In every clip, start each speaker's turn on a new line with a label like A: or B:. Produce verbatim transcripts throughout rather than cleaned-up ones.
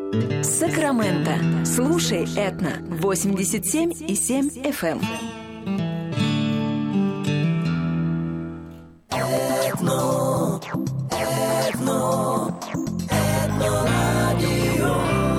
A: Сакраменто. Слушай Этно восемьдесят семь и семь эф эм. Этно, Этно, Этно радио.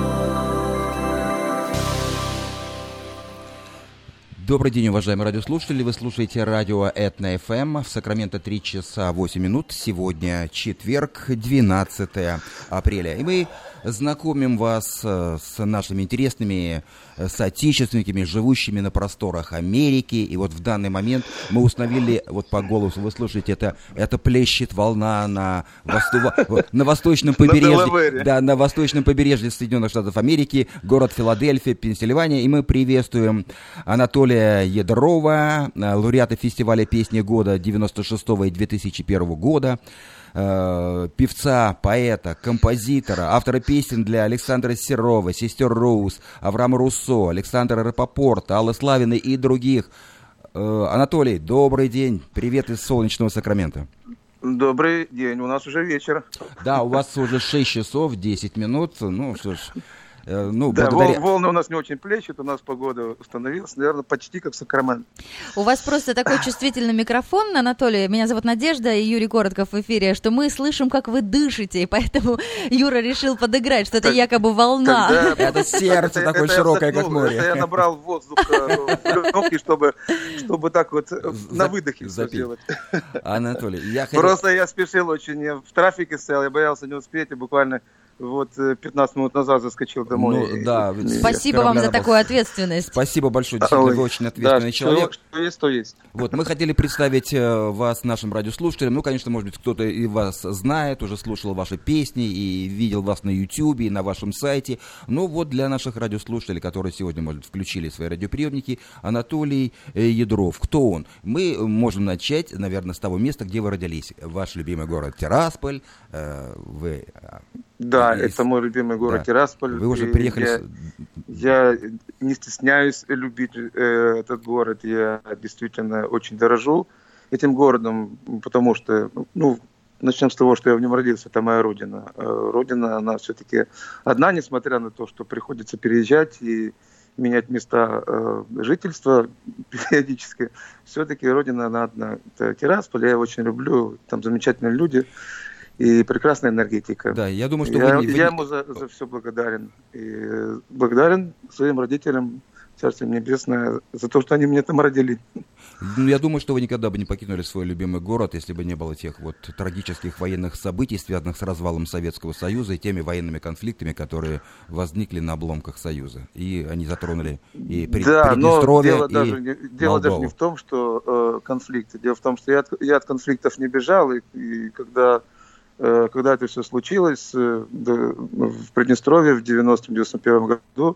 B: Добрый день, уважаемые радиослушатели. Вы слушаете радио Этно эф эм. В Сакраменто три часа восемь минут. Сегодня четверг, двенадцатое апреля. И мы знакомим вас с нашими интересными соотечественниками, живущими на просторах Америки. И вот в данный момент мы установили, вот по голосу вы слушаете, это, это плещет волна на, восту, на восточном побережье, да, на восточном побережье Соединенных Штатов Америки, город Филадельфия, Пенсильвания. И мы приветствуем Анатолия Ядрова, лауреата фестиваля «Песни года» девяносто шестого и две тысячи первого года, певца, поэта, композитора, автора песен для Александра Серова, сестер Роуз, Авраама Руссо, Александра Рапопорта, Аллы Славиной и других. Анатолий, добрый день. Привет из солнечного Сакрамента.
C: Добрый день. У нас уже вечер.
B: Да, у вас уже шесть часов десять минут. Ну что ж. Ну,
C: да,
B: благодаря...
C: волны у нас не очень плещут, у нас погода установилась, наверное, почти как в Сакраменто.
D: У вас просто такой чувствительный микрофон, Анатолий. Меня зовут Надежда и Юрий Коротков в эфире, что мы слышим, как вы дышите, и поэтому Юра решил подыграть, что это так, якобы волна.
B: Когда... Это сердце это, такое это широкое, как море.
C: Это я набрал воздух в легкие, чтобы, чтобы так вот на выдохе все сделать.
B: Анатолий, я хотел...
C: Просто я спешил очень, я в трафике стоял, я боялся не успеть, и буквально... Вот пятнадцать минут назад заскочил домой.
B: Ну, да,
D: спасибо вам за такую ответственность.
B: Спасибо большое, действительно, вы очень ответственный
C: да,
B: человек.
C: Что, что есть, то есть.
B: Вот, мы хотели представить вас нашим радиослушателям. Ну, конечно, может быть, кто-то и вас знает, уже слушал ваши песни и видел вас на Ютьюбе, и на вашем сайте. Но вот для наших радиослушателей, которые сегодня, может, включили свои радиоприемники, Анатолий Ядров. Кто он? Мы можем начать, наверное, с того места, где вы родились. Ваш любимый город Тирасполь. Вы...
C: Да, и... это мой любимый город, да. Тирасполь.
B: Вы уже приехали...
C: Я, я не стесняюсь любить э, этот город. Я действительно очень дорожу этим городом, потому что, ну, начнем с того, что я в нем родился, это моя родина. Родина, она все-таки одна, несмотря на то, что приходится переезжать и менять места э, жительства периодически. Все-таки родина, она одна. Это Тирасполь, я его очень люблю, там замечательные люди. И прекрасная энергетика.
B: Да, я думаю, что
C: я,
B: вы...
C: я ему за, за все благодарен. И благодарен своим родителям, Царствие Небесное, за то, что они меня там родили.
B: Ну, я думаю, что вы никогда бы не покинули свой любимый город, если бы не было тех вот трагических военных событий, связанных с развалом Советского Союза и теми военными конфликтами, которые возникли на обломках Союза. И они затронули и Прид-
C: да,
B: Приднестровье,
C: дело
B: и
C: даже не, дело даже не в том, что э, конфликты. Дело в том, что я от, я от конфликтов не бежал, и, и когда... Когда это все случилось в Приднестровье в девяностом — девяносто первом году,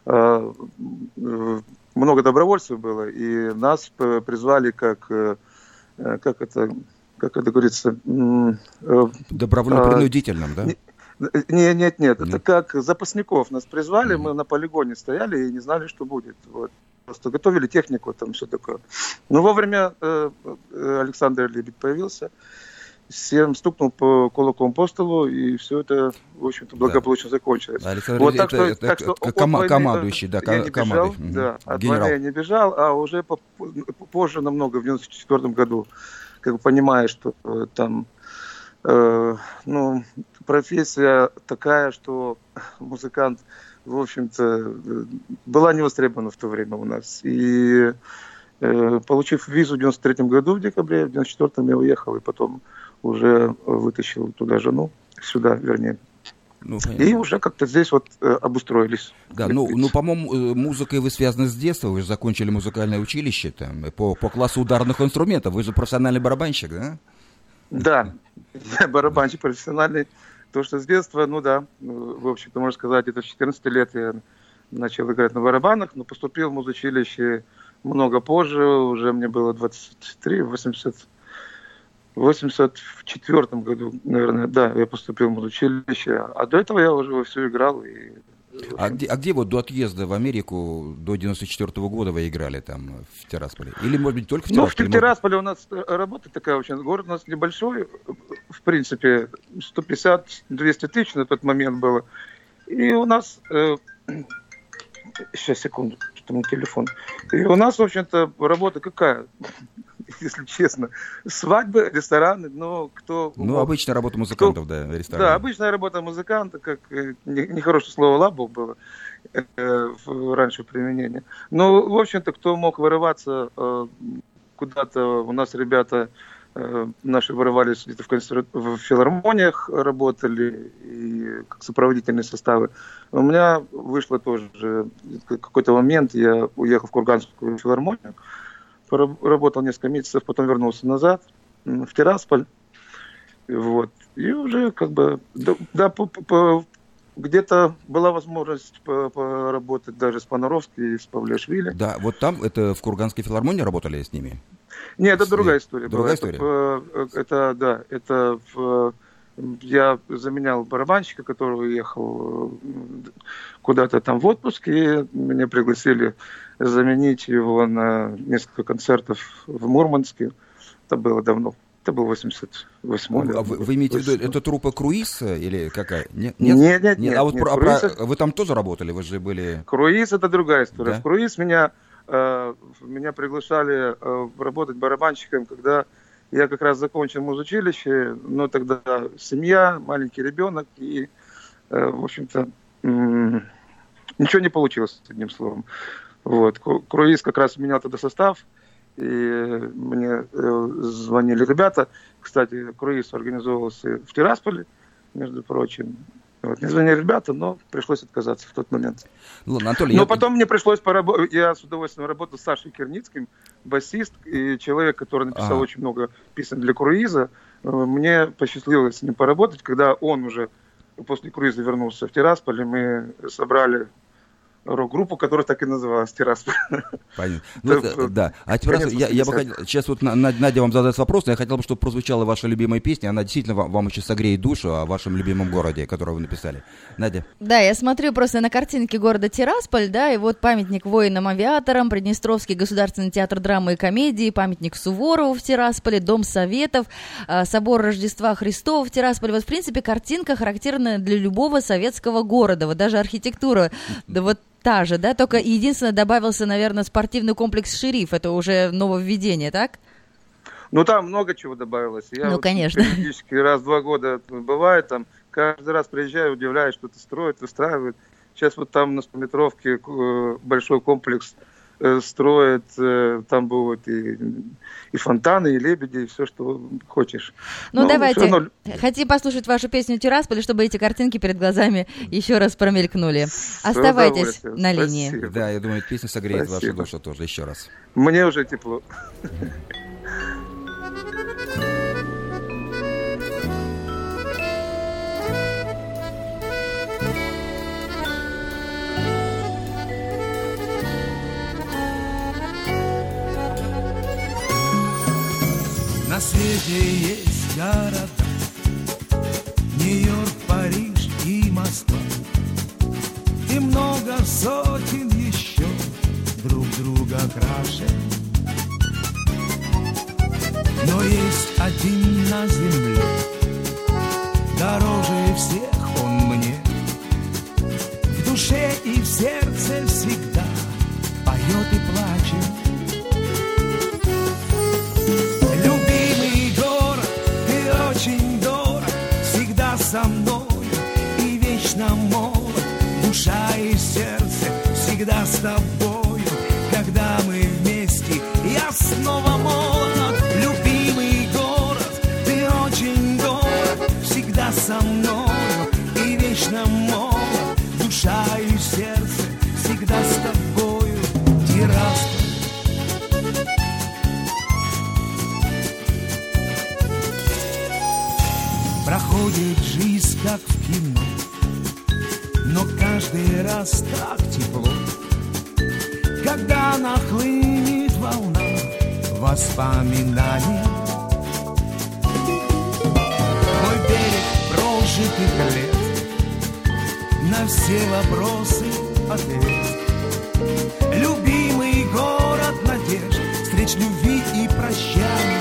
C: много добровольцев было, и нас призвали как, как это, как это говорится...
B: Добровольно-принудительным, да?
C: Нет, нет, нет, это как запасников нас призвали, мы на полигоне стояли и не знали, что будет. Вот. Просто готовили технику, там все такое. Но вовремя Александр Лебедь появился, всем стукнул по кулаком по столу, и все это, в общем-то, благополучно да. закончилось.
B: Александр,
C: вот,
B: это,
C: так что,
B: это,
C: так что
B: это кома- командующий, да,
C: я не бежал,
B: угу.
C: да, от
B: Генерал.
C: войны я не бежал, а уже позже намного, в девяносто четвёртом году, как бы понимая, что э, там, э, ну, профессия такая, что музыкант, в общем-то, была не востребована в то время у нас. И э, получив визу в девяносто третьем году, в декабре, в девяносто четвёртом я уехал, и потом уже вытащил туда жену, сюда, вернее. Ну, и уже как-то здесь вот э, обустроились.
B: Да, ну, ну, по-моему, музыкой вы связаны с детства, вы же закончили музыкальное училище там, по, по классу ударных инструментов, вы же профессиональный барабанщик, да?
C: Да, я барабанщик профессиональный, то, что с детства, ну да, в общем-то, можно сказать, это в четырнадцать лет я начал играть на барабанах, но поступил в музучилище много позже, уже мне было двадцать три, восемьдесят В восемьдесят четвёртом году, наверное, да, я поступил в музучилище, а до этого я уже вовсю играл. И,
B: а, где, а где вот до отъезда в Америку, до девяносто четвёртого года вы играли там в Тирасполе? Или, может быть, только в Тирасполе?
C: Ну, в Тирасполе у нас работа такая очень, город у нас небольшой, в принципе, сто пятьдесят - двести тысяч на тот момент было. И у нас... Э, сейчас, секунду, что мой телефон. И у нас, в общем-то, работа какая? Если честно. Свадьбы, рестораны, но кто...
B: Ну, обычная работа музыкантов, кто, да, рестораны.
C: Да, обычная работа музыканта, как нехорошее слово лабов было э, раньше применение. Но, в общем-то, кто мог вырываться э, куда-то, у нас ребята э, наши вырывались где-то в, консерв... в филармониях, работали, и как сопроводительные составы. У меня вышло тоже какой-то момент, я уехал в Курганскую филармонию, работал несколько месяцев, потом вернулся назад, в Тирасполь. Вот. И уже как бы, да, да по, по, где-то была возможность по, поработать даже с Понаровской и с Павлиашвили.
B: Да, вот там, это в Курганской филармонии работали с ними?
C: Нет, это с... другая история
B: другая
C: была.
B: История?
C: Это, это, да, это в... Я заменял барабанщика, который уехал куда-то там в отпуск, и меня пригласили заменить его на несколько концертов в Мурманске. Это было давно. Это был восемьдесят восьмой.
B: А вы, вы имеете в виду, это труппа «Круиз» или какая?
C: Нет, нет, нет. нет, нет
B: а вот
C: нет,
B: про,
C: Круиз...
B: про, вы там тоже работали? Вы же были...
C: «Круиз» — это другая история.
B: Да?
C: В «Круиз» меня, э, меня приглашали э, работать барабанщиком, когда я как раз закончил музучилище, но тогда семья, маленький ребенок, и, э, в общем-то, м- ничего не получилось, одним словом. Вот. «Круиз» как раз менял тогда состав, и мне э, звонили ребята. Кстати, «Круиз» организовывался в Тирасполе, между прочим. Вот. Мне звонили ребята, но пришлось отказаться в тот момент.
B: Ладно, Анатолий,
C: но
B: я...
C: потом мне пришлось поработать. Я с удовольствием работал с Сашей Керницким, басист и человек, который написал а. очень много песен для «Круиза». Мне посчастливилось с ним поработать, когда он уже после «Круиза» вернулся в Тирасполь, и мы собрали рок-группу, которая так и называлась «Тирасполь».
B: Понятно. Ну, да, да. А теперь раз, я, я бы хотел, сейчас вот Надя вам задаст вопрос, но я хотел бы, чтобы прозвучала ваша любимая песня, она действительно вам, вам еще согреет душу о вашем любимом городе, который вы написали. Надя?
D: Да, я смотрю просто на картинки города Тирасполь, да, и вот памятник воинам-авиаторам, Приднестровский государственный театр драмы и комедии, памятник Суворову в Тирасполе, Дом Советов, собор Рождества Христова в Тирасполе. Вот, в принципе, картинка характерная для любого советского города, вот даже архитектура, да вот та же, да, только единственное добавился, наверное, спортивный комплекс «Шериф», это уже нововведение, так?
C: Ну, там много чего добавилось. Я
D: ну,
C: вот
D: конечно.
C: периодически раз в два года бывает, там, каждый раз приезжаю, удивляюсь, что-то строят, выстраивают. Сейчас вот там на Стометровке большой комплекс строят, там будут и, и фонтаны, и лебеди, и все, что хочешь.
D: Ну, но давайте, равно... хотим послушать вашу песню «Тирасполь», чтобы эти картинки перед глазами еще раз промелькнули. Оставайтесь на линии.
C: Спасибо.
B: Да, я думаю, песня согреет
C: Спасибо.
B: вашу душу тоже, еще раз.
C: Мне уже тепло.
E: На свете есть города, Нью-Йорк, Париж и Москва, и много сотен еще друг друга краше. Но есть один на земле, дороже всех он мне, в душе и в сердце всегда поет и плачет. Со мною и вечно молод, душа и сердце всегда с тобою. Когда мы вместе, я снова молод. Любимый город, ты очень дорог, всегда со мною и вечно молод, душа и сердце всегда с тобою. Тирасполь. Проходит жизнь, как в кино, но каждый раз так тепло, когда нахлынет волна воспоминаний. Мой берег прожитых лет, на все вопросы ответ. Любимый город надежд, встреч любви и прощаний.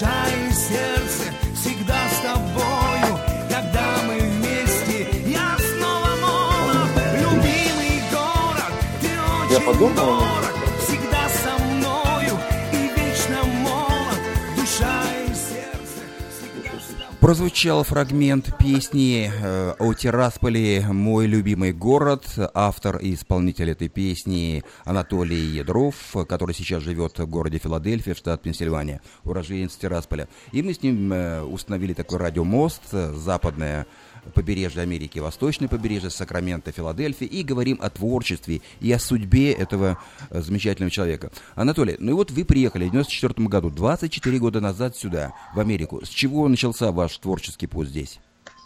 E: душа и сердце всегда с тобою. Когда мы вместе, я снова молод. Любимый город, ты
C: Я
E: очень
C: подумал.
E: дорог, всегда со мною и вечно молод. Душа и сердце всегда с тобой.
B: Прозвучал фрагмент песни э, о Тирасполе «Мой любимый город». Автор и исполнитель этой песни Анатолий Ядров, который сейчас живет в городе Филадельфия, штат Пенсильвания, уроженец Тирасполя. И мы с ним э, установили такой радиомост, э, западное побережье Америки, восточное побережье, Сакраменто, Филадельфия, и говорим о творчестве и о судьбе этого э, замечательного человека. Анатолий, ну и вот вы приехали в девяносто четвёртом году, двадцать четыре года назад сюда, в Америку. С чего начался ваш творческий путь здесь?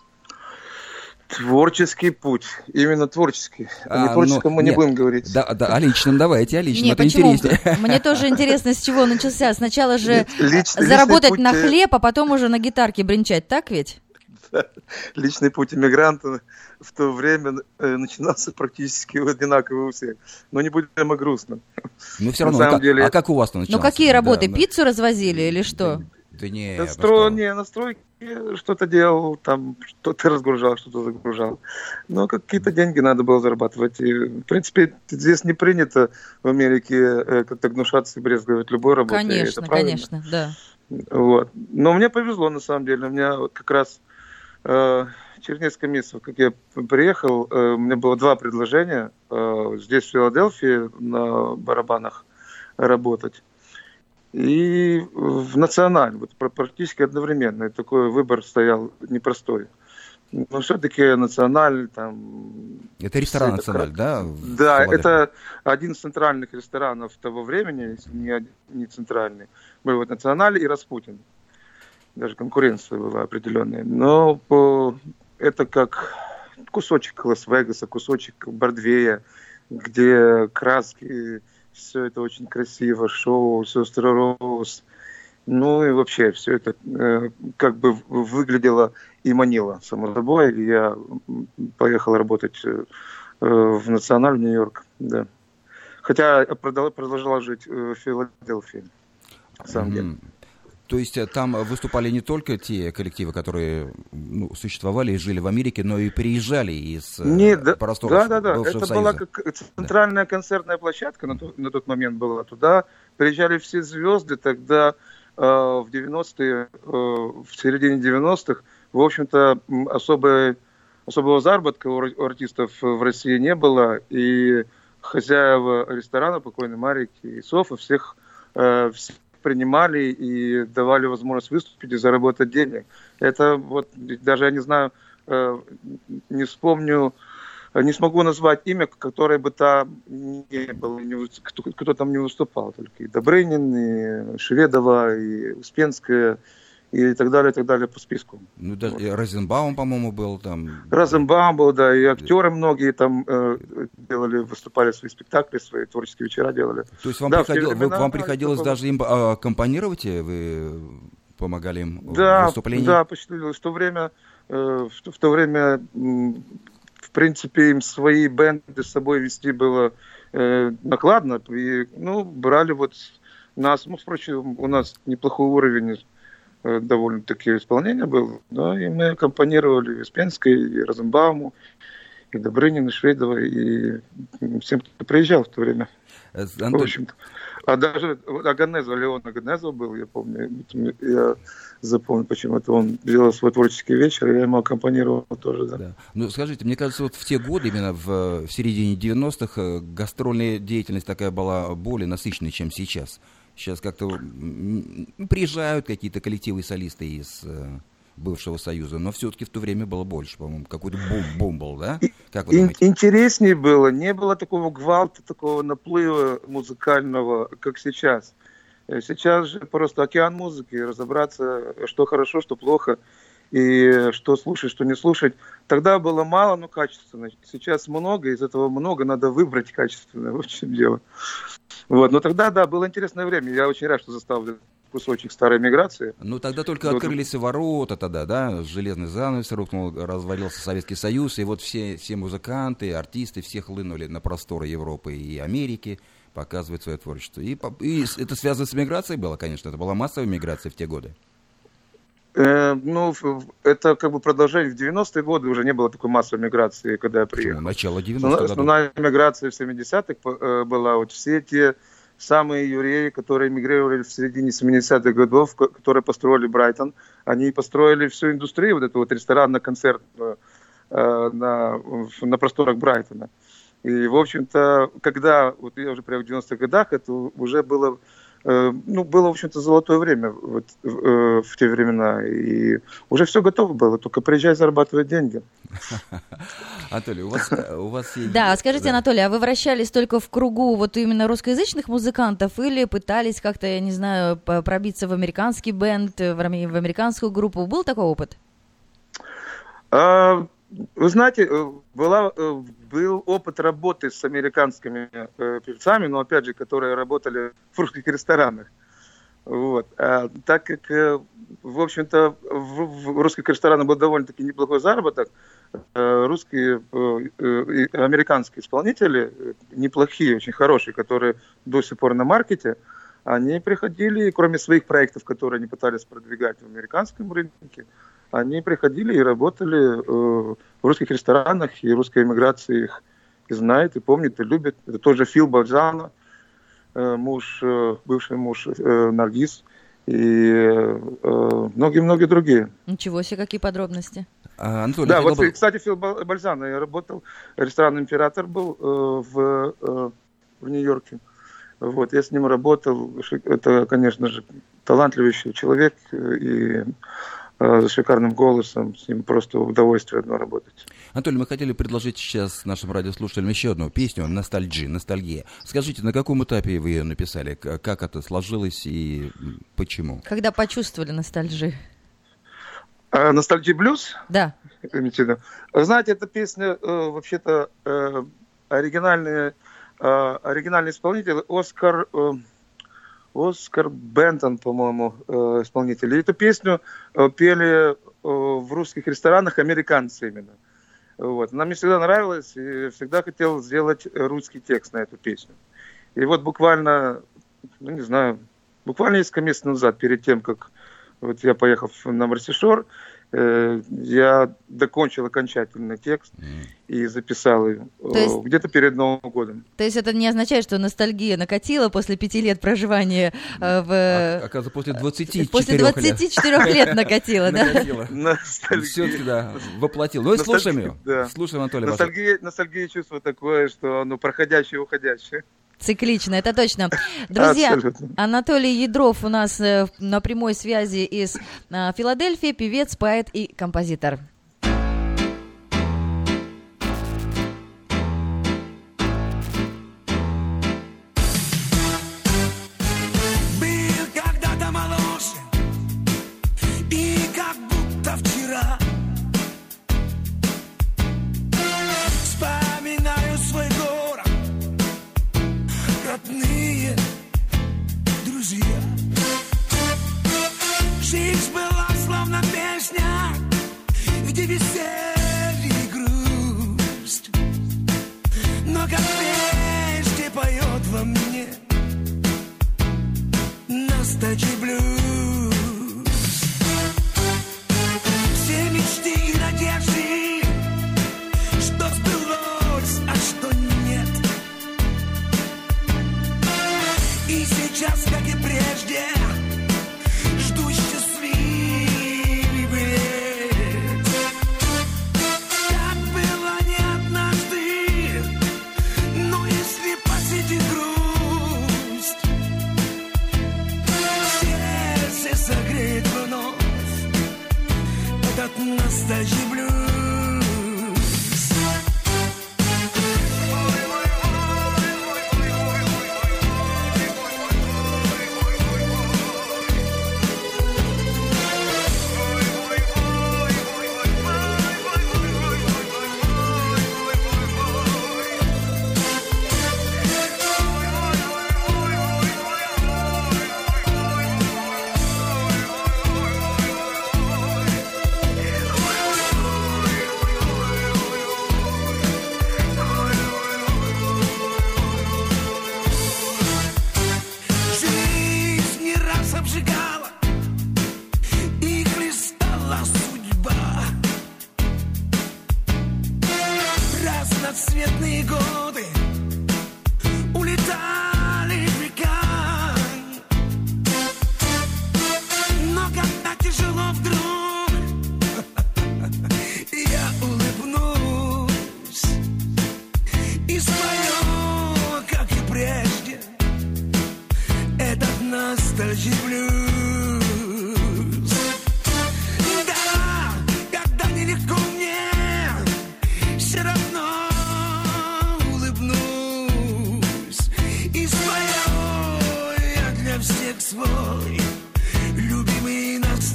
C: Творческий путь. Именно творческий.
B: А,
C: не творческом
B: ну,
C: мы не
B: нет.
C: будем говорить.
B: Да, да, о личном давайте, о личном,
D: Не,
B: это
D: почему?
B: интереснее.
D: Мне тоже интересно, с чего начался. Сначала же
C: Личный-
D: заработать
C: личный
D: на
C: путь, э,
D: хлеб, а потом уже на гитарке бренчать, так ведь?
C: Личный путь иммигранта в то время э, начинался практически одинаково у всех. Но не будем о грустном.
B: Ну все
C: На
B: равно,
C: самом
B: а как,
C: деле-
B: а как у вас-то началось?
D: Ну какие работы?
B: Да,
D: Пиццу развозили или что?
B: Да не,
C: Настро... Не, настройки что-то делал, там что-то разгружал, что-то загружал. Но какие-то деньги надо было зарабатывать. И, в принципе, здесь не принято в Америке э, как-то гнушаться и брезговать любой работой.
D: Конечно,
C: Это правильно.
D: конечно, да.
C: Вот. Но мне повезло, на самом деле. У меня вот как раз э, через несколько месяцев, как я приехал, э, у меня было два предложения. Э, здесь, в Филадельфии, на барабанах работать. И в Националь, вот практически одновременно. И такой выбор стоял непростой. Но все-таки Националь там...
B: Это ресторан
C: это
B: «Националь»,
C: как-
B: да? в
C: Да,
B: Филадельфии?
C: это один из центральных ресторанов того времени, если не, один- не центральный. Был вот «Националь» и «Распутин». Даже конкуренция была определенная. Но по... это как кусочек Лас-Вегаса, кусочек Бродвея, где краски, все это очень красиво, шоу, сестры Роуз. Ну и вообще все это э, как бы выглядело и манило, само собой. И я поехал работать э, в Националь, в Нью-Йорк. Да. Хотя я продал- продолжала жить э, в Филадельфии, на самом деле.
B: Мгм. То есть э, там выступали не только те коллективы, которые ну, существовали и жили в Америке, но и приезжали из э,
C: Не, да,
B: просторов
C: да, да, да.
B: бывшего
C: Это
B: Союза.
C: была как центральная концертная площадка на, то- на тот момент была. Туда приезжали все звезды. Тогда э, в девяностые, э, в середине девяностых, в общем-то, м, особой, особого заработка у ар- у артистов в России не было. И хозяева ресторана, покойный Марик и Софа, всех, э, всех принимали и давали возможность выступить и заработать денег. Это вот, даже я не знаю, э, не вспомню, не смогу назвать имя, которое бы там не было, не вы- кто, кто там не выступал. Только и Добрынин, и Шведова, и Успенская, и так далее, и так далее по списку.
B: Ну, даже и Розенбаум, по-моему, был там.
C: Розенбаум был, да, и актеры многие там э, делали, выступали свои спектакли, свои творческие вечера делали.
B: То есть вам,
C: Да, в те
B: приходил- вы-
C: времена
B: вам приходилось
C: такое
B: даже им а, аккомпанировать? и Вы помогали им в
C: Да,
B: выступлении?
C: да, посчастливилось. В то время, э, в, то- в то время, м, в принципе, им свои бенды с собой вести было э, накладно. И, ну, брали вот нас, ну, впрочем, у нас неплохой уровень э, довольно-таки исполнения был, да, и мы аккомпанировали и Успенской, и Розенбауму, и Добрынину, и Шведовой, и всем, кто приезжал в то время.
B: Э,
C: В
B: Антон,
C: общем-то. А даже Аганезов, Леон Аганезов был, я помню, я запомнил почему-то, он делал свой творческий вечер, я ему аккомпанировал тоже, да.
B: да. Ну, скажите, мне кажется, вот в те годы, именно в, в середине девяностых, э, гастрольная деятельность такая была более насыщенной, чем сейчас. Сейчас как-то м, ну, приезжают какие-то коллективы и солисты из э, бывшего Союза, но все-таки в то время было больше, по-моему, какой-то бум-бум был, да? Как вы
C: Ин-
B: думаете?
C: интереснее было, не было такого гвалта, такого наплыва музыкального, как сейчас. Э, Сейчас же просто океан музыки, разобраться, что хорошо, что плохо, и что слушать, что не слушать. Тогда было мало, но качественно. Сейчас много, из этого много, надо выбрать качественное, вот в чем дело. Вот. Но тогда, да, было интересное время. Я очень рад, что застал кусочек старой миграции.
B: Ну, тогда только
C: Вот.
B: открылись ворота тогда, да, железный занавес рухнул, развалился Советский Союз, и вот все, все музыканты, артисты, все хлынули на просторы Европы и Америки показывать свое творчество. И, по- и с- это связано с миграцией было, конечно, это была массовая миграция в те годы.
C: Э, ну, в- в- это как бы продолжение. В девяностые годы уже не было такой массовой миграции, когда я
B: Почему?
C: приехал.
B: Начало
C: Основная,
B: девяностых годов.
C: основная миграция в семидесятых э, была. Вот все те самые евреи, которые мигрировали в середине семидесятых годов, ко- которые построили Брайтон, они построили всю индустрию, вот эту вот ресторанно-концертную э, на, в- на просторах Брайтона. И, в общем-то, когда, вот я уже приехал в девяностых годах, это уже было, э, ну, было, в общем-то, золотое время вот, э, в те времена. И уже все готово было, только приезжай зарабатывать деньги.
B: Анатолий, у вас, у вас есть...
D: Да, скажите,
B: да.
D: Анатолий, а вы вращались только в кругу вот именно русскоязычных музыкантов или пытались как-то, я не знаю, п- пробиться в американский бенд, в ами- в американскую группу? Был такой опыт?
C: А, Вы знаете, э, была, э, был опыт работы с американскими э, певцами, но, опять же, которые работали в русских ресторанах. Вот. А так как, э, в общем-то, в, в русских ресторанах был довольно-таки неплохой заработок, э, русские э, э, и американские исполнители, э, неплохие, очень хорошие, которые до сих пор на маркете, они приходили, и кроме своих проектов, которые они пытались продвигать в американском рынке, они приходили и работали э, в русских ресторанах, и русская эмиграция их и знает, и помнит, и любит. Это тоже Фил Бальзано, э, муж, э, бывший муж э, Наргиз, и э, многие-многие другие.
D: Ничего себе, какие подробности.
B: А, Анатолий,
C: Да,
B: хотел
C: вот,
B: бы-
C: кстати, Фил Бал- Бальзано, я работал, ресторан «Император» был э, в, э, в Нью-Йорке. Вот, я с ним работал. Шик- Это, конечно же, талантливый человек э, и э, с шикарным голосом. С ним просто удовольствие одно работать.
B: Анатолий, мы хотели предложить сейчас нашим радиослушателям еще одну песню «Ностальджи», «Ностальгия». Скажите, на каком этапе вы ее написали? К- Как это сложилось и м, почему?
D: Когда почувствовали ностальжи?
C: А «Ностальджи блюз»,
D: Да.
C: имеете в виду? Вы знаете, эта песня э, вообще-то э, оригинальная, э, оригинальный исполнитель Оскар, э, Оскар Бентон, по-моему, э, исполнитель. И эту песню э, пели э, в русских ресторанах американцы именно. Вот. Она мне всегда нравилась, и всегда хотел сделать русский текст на эту песню. И вот буквально, ну не знаю, буквально несколько месяцев назад, перед тем, как вот я поехал на Марси-Шор, э, я докончил окончательный текст и записал ее
D: То есть-
C: э, где-то перед Новым годом.
D: То есть это не означает, что ностальгия накатила после пяти лет проживания э, в...
B: А- Оказывается, после двадцати четырёх
D: После
B: лет.
D: двадцати четырёх лет накатила, да?
B: Накатило.
C: Ностальгия.
B: Все-таки, да, воплотил. Ну и
C: Ностальгия,
B: слушаем ее.
C: да.
B: Слушаем, Анатолий, пожалуйста.
C: Ностальгия, ностальгия чувство такое, что оно проходящее и уходящее.
D: Циклично, это точно. Друзья,
C: Абсолютно.
D: Анатолий Ядров у нас э, на прямой связи из э, Филадельфии, певец, поэт и композитор.
E: Был когда-то моложе, и как будто вчера вспоминаю свой город, родные друзья. Жизнь была словно песня, где веселье и грусть, но как прежде поет во мне ностальджи блюз. Все мечты и надежды, что сбылось, а что нет. И сейчас, как и прежде, жду счастливый лет. Так было не однажды, но если посетит грусть, сердце согреет вновь этот ностальджи блюз.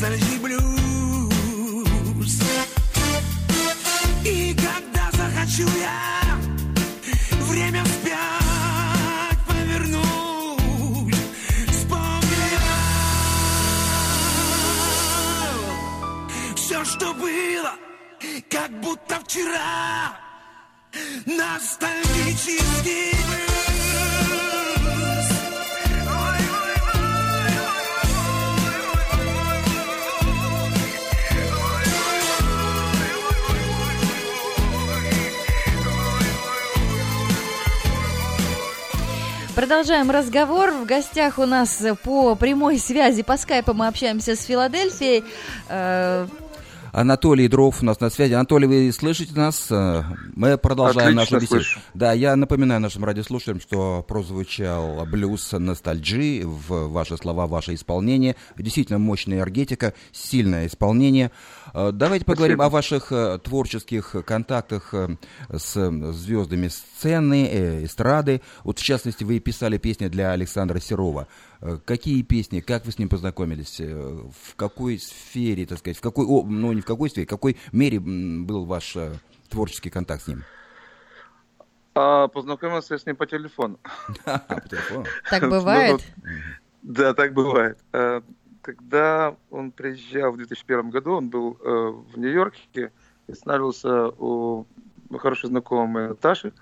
E: ностальжи блюз. И когда захочу я время вспять повернуть, вспомню я все, что было, как будто вчера. Ностальгический блюз.
D: Продолжаем разговор. В гостях у нас по прямой связи, по скайпу мы общаемся с Филадельфией.
B: Анатолий Дров у нас на связи. Анатолий, вы слышите нас? Мы продолжаем
C: Отлично
B: нашу беседу.
C: слышу.
B: Да, я напоминаю нашим радиослушателям, что прозвучал блюз ностальджи, в ваши слова, ваше исполнение. Действительно мощная энергетика, сильное исполнение. Давайте поговорим Спасибо. О ваших творческих контактах с звездами сцены, эстрады. Вот в частности, вы писали песни для Александра Серова. Какие песни, как вы с ним познакомились, в какой сфере, так сказать, в какой, ну не в какой сфере, в какой мере был ваш творческий контакт с ним?
C: А, познакомился я с ним по телефону.
B: По телефону?
D: Так бывает?
C: Да, так бывает. Когда он приезжал в две тысячи первом году, он был в Нью-Йорке и останавливался у хорошей знакомой Наташи.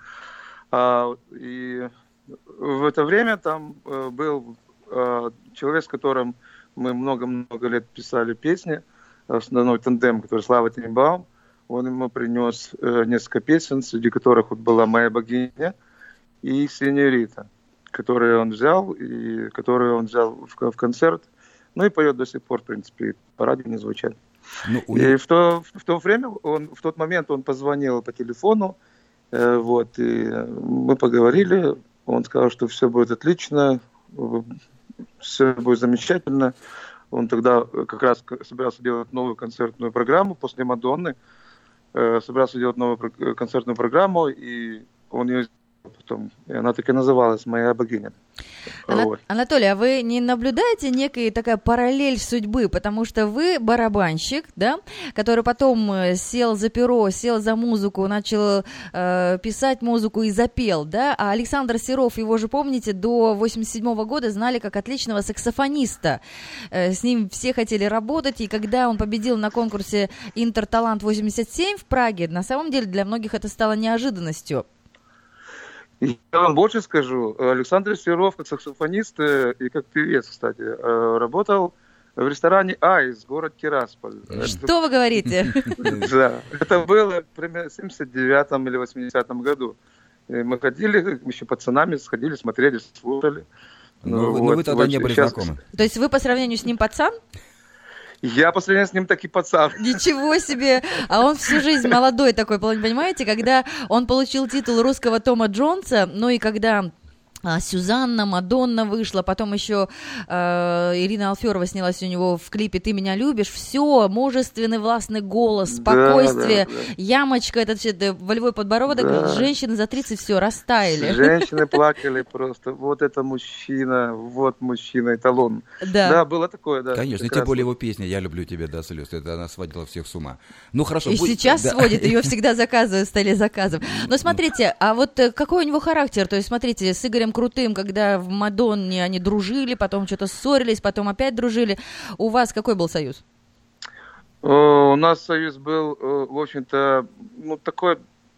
C: И в это время там был человек, с которым мы много-много лет писали песни, основной тандем, который Слава Тенебаум. Он ему принес э, несколько песен, среди которых вот была «Моя богиня» и «Синьорита», которые он взял, и которые он взял в, в концерт. Ну и поет до сих пор, в принципе, по радио не звучат. Ну, у... И в то, в то время, он, в тот момент он позвонил по телефону, э, вот, и мы поговорили. Он сказал, что все будет отлично, все будет замечательно. Он тогда как раз собирался делать новую концертную программу после «Мадонны». Э, собирался делать новую про- концертную программу, и он ее сделал потом. И она так и называлась «Моя богиня».
D: Ана-
C: вот.
D: Анатолий, а вы не наблюдаете некая такая параллель судьбы? Потому что вы барабанщик, да, который потом сел за перо, сел за музыку, начал э, писать музыку и запел, да? А Александр Серов, его же, помните, до восемьдесят седьмого года знали как отличного саксофониста. Э, с ним все хотели работать, и когда он победил на конкурсе «Интерталант восемьдесят семь» в Праге, на самом деле для многих это стало неожиданностью.
C: Я вам больше скажу. Александр Серов, как саксофонист и как певец, кстати, работал в ресторане «Айс», город Тирасполь.
D: Что вы говорите?
C: Да, это было примерно в семьдесят девятом или восьмидесятом году. Мы ходили, еще пацанами сходили, смотрели, слушали.
B: Ну, ну вы тогда не были знакомы.
D: То есть вы по сравнению с ним пацан?
C: Я по сравнению с ним таки пацан.
D: Ничего себе! А он всю жизнь молодой такой, понимаете, когда он получил титул русского Тома Джонса, ну и когда... А, Сюзанна, Мадонна вышла, потом еще э, Ирина Алферова снялась у него в клипе «Ты меня любишь». Все, мужественный, властный голос, спокойствие, да, да, да. Ямочка, этот, этот волевой подбородок, да. Женщины за тридцать все растаяли.
C: Женщины плакали просто. Вот это мужчина, вот мужчина, эталон.
D: Да,
C: да было такое, да.
B: Конечно, и тем более его песня «Я люблю тебя до слез». Это она сводила всех с ума. Ну хорошо.
D: И
B: будет...
D: сейчас
B: да.
D: сводит, ее всегда заказывают в столе заказов. Но смотрите, а вот какой у него характер? То есть смотрите, с Игорем Крутым, когда в Мадонне они дружили, потом что-то ссорились, потом опять дружили. У вас какой был союз?
C: У нас союз был, в общем-то, ну, такой,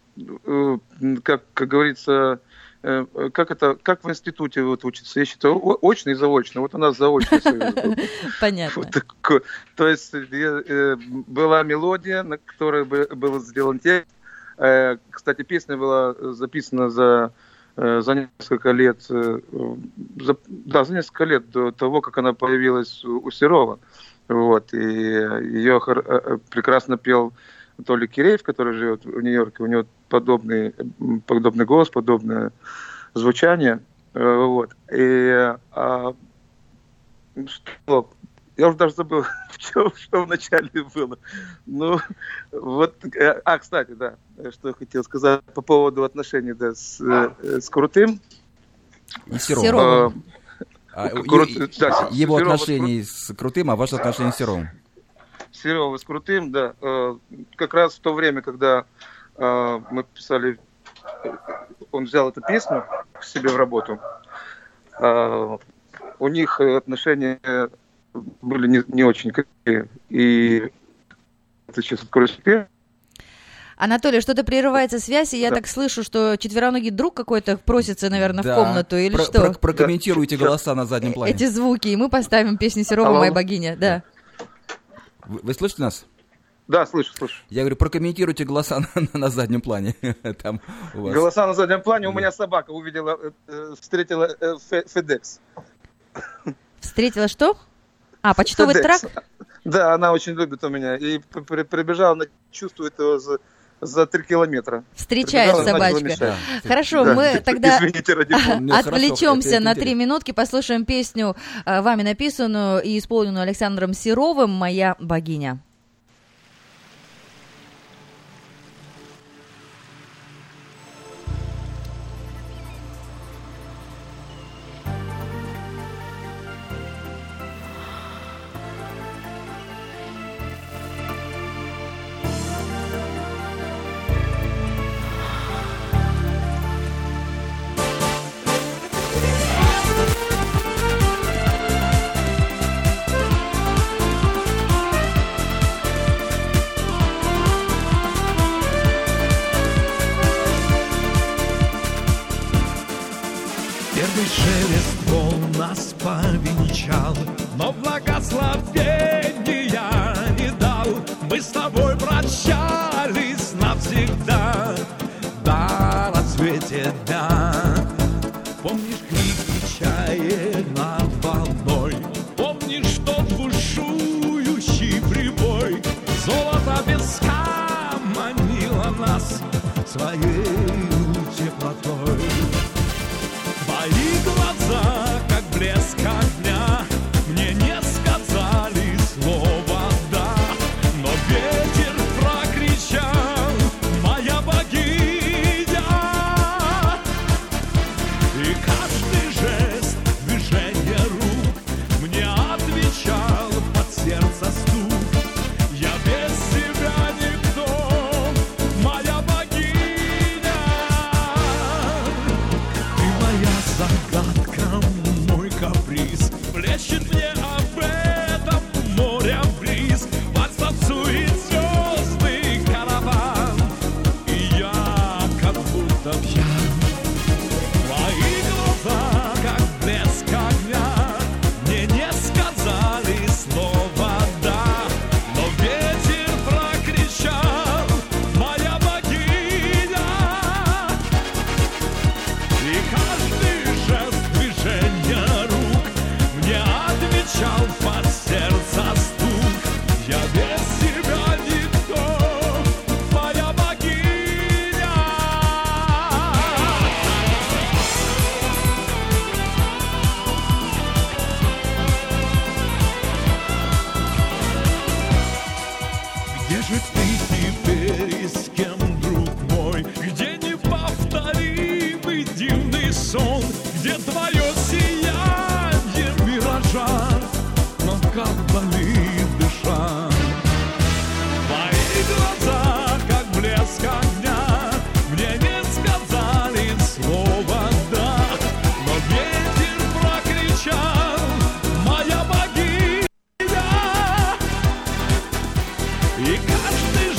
C: как, как говорится, как это, как в институте вот учатся, я считаю, очный и заочный. Вот у нас заочный союз был.
D: Понятно.
C: То есть была мелодия, на которой был сделан текст. Кстати, песня была записана за... за несколько лет, за, да, за несколько лет до того, как она появилась у, у Серова. Вот, и ее прекрасно пел Толик Киреев, который живет в Нью-Йорке. У него подобный, подобный голос, подобное звучание. Вот. И а, что... Я уже даже забыл, что, что вначале было. Ну, вот, а, кстати, да, что я хотел сказать по поводу отношений, да, с, с Крутым.
B: И Серовым.
C: А,
B: а,
C: Крут,
B: и,
C: да,
B: его
C: Серова,
B: отношения
C: с...
B: с Крутым, а ваши отношения с Серовым?
C: Серега с Крутым, да. Э, как раз в то время, когда э, мы писали, он взял эту песню к себе в работу, э, у них отношения были не, не очень какие. И это сейчас открою секрет.
D: Анатолий, что-то прерывается связь, и я
C: Да.
D: так слышу, что четвероногий друг какой-то просится, наверное,
B: Да.
D: в комнату, или
B: Про-
D: что?
B: про- прокомментируйте
C: Да.
B: голоса на заднем плане.
D: Эти звуки, и мы поставим песню Серова
C: Алло.
D: «Моя богиня». Да.
B: Вы, вы слышите нас?
C: Да, слышу, слышу.
B: Я говорю, прокомментируйте голоса на, на заднем плане. Там у вас.
C: Голоса на заднем плане. У меня собака увидела, э, встретила э, Фе- Федекс.
D: Встретила что? А, почтовый
C: Федекс.
D: трак?
C: Да, она очень любит у меня. И при- при- прибежала, она чувствует его за, за три километра.
D: Встречает
C: Прибежала, начала
D: собачка.
C: мешать.
D: Хорошо,
C: Да.
D: мы тогда
C: Извините, ради бога.
B: Ну, хорошо,
D: отвлечемся
B: это
D: на
B: интересно.
D: три минутки, послушаем песню, э, вами написанную и исполненную Александром Серовым «Моя богиня».
E: Первый шелест волн нас повенчал, но благословения не дал. Мы с тобой прощались навсегда до рассвете дня. Помнишь крик чаек над волной? Помнишь тот бушующий прибой? Золото песка манило нас своей теплотой. Твои глаза, как блеск огня, мне не сказали слова «да», но ветер прокричал «Моя богиня!» И каждый жест, движение рук мне отвечал под сердце стук. Я без тебя никто, моя богиня. Ты моя загадка, мой каприз, плещет мне об этом море бриз. Вальс танцует звездный караван, и я как будто пьян. Твои глаза, как блеск огня, мне не сказали слова «да», но ветер прокричал «Моя богиня!» И каждый жест, движение рук мне отвечал под сердце стук. Я без тебя никто, моя богиня. Где же ты теперь и с кем, друг мой? Где неповторимый дивный сон? Где твое сияние миража? Но как болит душа. Твои глаза, как блеск огня, мне не сказали слова «да», но ветер прокричал «Моя богиня!» И каждый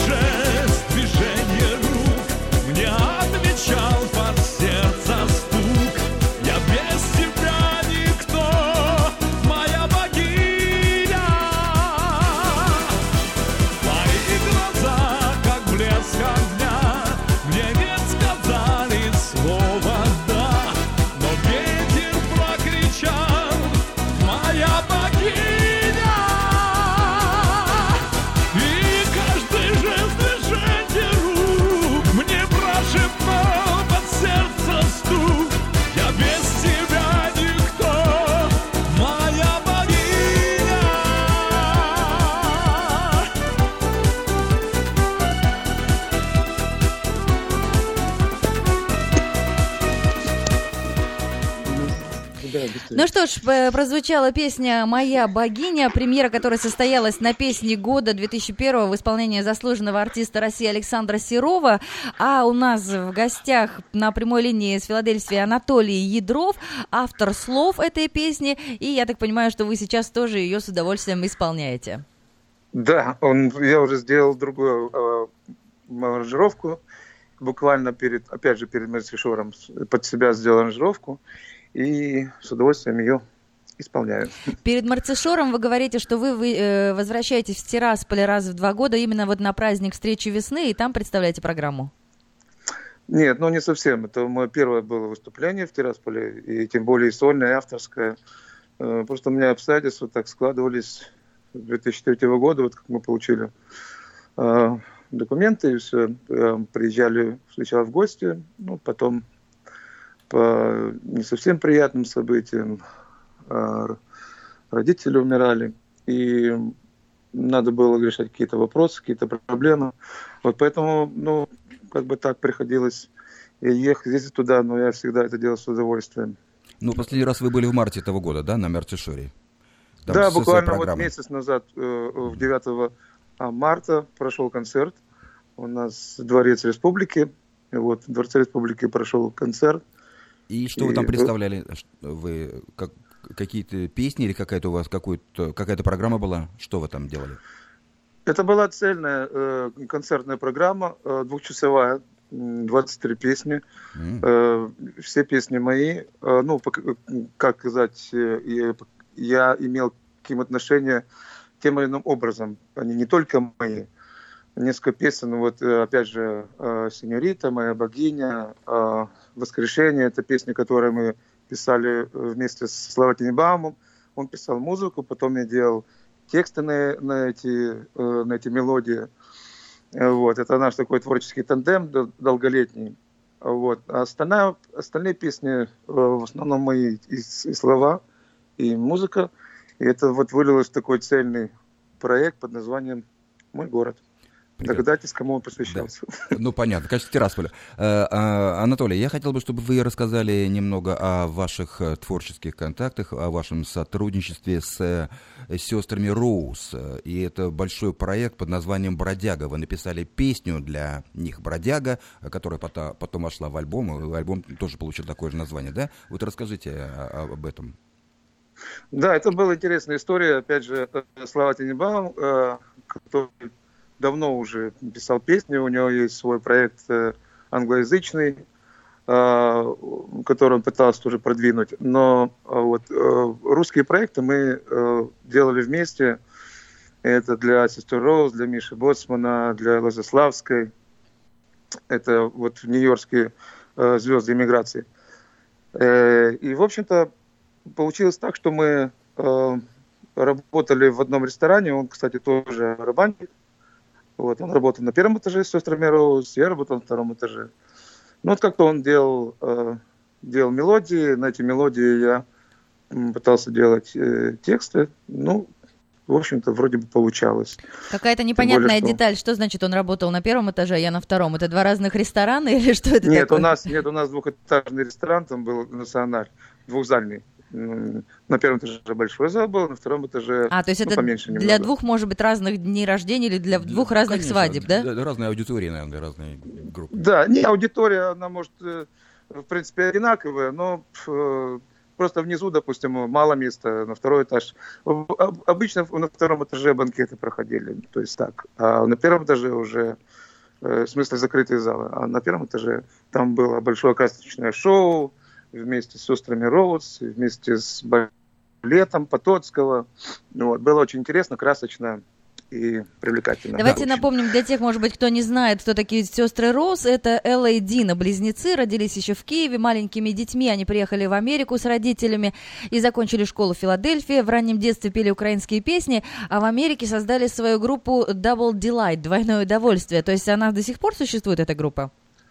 D: Ну что ж, п- прозвучала песня «Моя богиня», премьера которой состоялась на песне года две тысячи первого в исполнении заслуженного артиста России Александра Серова. А у нас в гостях на прямой линии с Филадельфии Анатолий Ядров, автор слов этой песни. И я так понимаю, что вы сейчас тоже ее с удовольствием исполняете.
C: Да, он, я уже сделал другую э, аранжировку. Буквально перед, опять же, перед Мерси Шором под себя сделал аранжировку. И с удовольствием ее исполняю.
D: Перед Марцишором вы говорите, что вы, вы э, возвращаетесь в Тирасполь раз в два года именно вот на праздник встречи весны, и там представляете программу.
C: Нет, ну не совсем. Это мое первое было выступление в Тирасполе, и тем более и сольное, и авторское. Э, просто у меня обстоятельства так складывались с две тысячи третьего года, вот как мы получили э, документы, и все. Э, приезжали сначала в гости, ну потом по не совсем приятным событиям родители умирали, и надо было решать какие-то вопросы, какие-то проблемы. Вот поэтому, ну, как бы так приходилось ехать здесь и туда, но я всегда это делал с удовольствием.
B: Ну, последний раз вы были в марте этого года, да, на Мерцишоре?
C: Да, буквально вот месяц назад, в девятого марта прошел концерт у нас в Дворец Республики. Вот, в Дворце Республики прошел концерт.
B: И что и... вы там представляли? Вы как, какие-то песни или какая-то у вас какую-то, какая-то программа была? Что вы там делали?
C: Это была цельная э, концертная программа, э, двухчасовая, двадцать три песни. Mm. Э, все песни мои. Э, ну, как сказать, э, я имел к ним отношение тем или иным образом. Они не только мои. Несколько песен, вот опять же, «Сеньорита», «Моя богиня», «Воскрешение». Это песни, которые мы писали вместе с Славой Тенебаумом. Он писал музыку, потом я делал тексты на, на, эти, на эти мелодии. Вот. Это наш такой творческий тандем долголетний. Вот. А остальная, остальные песни, в основном мои и, и слова, и музыка. И это вот вылилось в такой цельный проект под названием «Мой город». Догадайтесь, кому он посвящался.
B: Да. Ну, понятно, конечно, Тирасполя. А, а, Анатолий, я хотел бы, чтобы вы рассказали немного о ваших творческих контактах, о вашем сотрудничестве с сестрами Роуз. И это большой проект под названием «Бродяга». Вы написали песню для них «Бродяга», которая потом, потом вошла в альбом, и альбом тоже получил такое же название, да? Вот расскажите об этом.
C: Да, это была интересная история. Опять же, Слава Тенебаум, который давно уже писал песни, у него есть свой проект э, англоязычный, э, который он пытался тоже продвинуть. Но э, вот, э, русские проекты мы э, делали вместе. Это для Sister Rose, для Миши Боцмана, для Лозославской. Это вот нью-йоркские э, звезды иммиграции. Э, и, в общем-то, получилось так, что мы э, работали в одном ресторане. Он, кстати, тоже барабанщик. Вот, он работал на первом этаже с сестрами Роуз, я работал на втором этаже. Ну, вот как-то он делал, э, делал мелодии, на эти мелодии я пытался делать э, тексты. Ну, в общем-то, вроде бы получалось.
D: Какая-то непонятная
C: более,
D: деталь. Что значит, он работал на первом этаже, а я на втором? Это два разных ресторана или что это
C: нет,
D: такое?
C: У нас, нет, у нас двухэтажный ресторан, там был националь, двухзальный. На первом этаже большой зал был, на втором этаже
D: а, то есть
C: ну,
D: это
C: поменьше немного.
D: Для двух, может быть, разных дней рождения или для двух
B: ну,
D: разных
B: конечно,
D: свадеб, да?
B: Для разной аудитории, наверное, разные группы.
C: Да, не, аудитория, она может, в принципе, одинаковая, но просто внизу, допустим, мало места, на второй этаж. Обычно на втором этаже банкеты проходили, то есть так. А на первом этаже уже, в смысле, закрытые залы. А на первом этаже там было большое красочное шоу, вместе с сестрами Роуз, вместе с балетом Потоцкого. Вот. Было очень интересно, красочно и привлекательно.
D: Давайте
C: да,
D: напомним для тех, может быть, кто не знает, кто такие сестры Роуз. Это Элла и Дина, близнецы, родились еще в Киеве маленькими детьми. Они приехали в Америку с родителями и закончили школу в Филадельфии. В раннем детстве пели украинские песни, а в Америке создали свою группу Double Delight, двойное удовольствие. То есть она до сих пор существует, эта группа?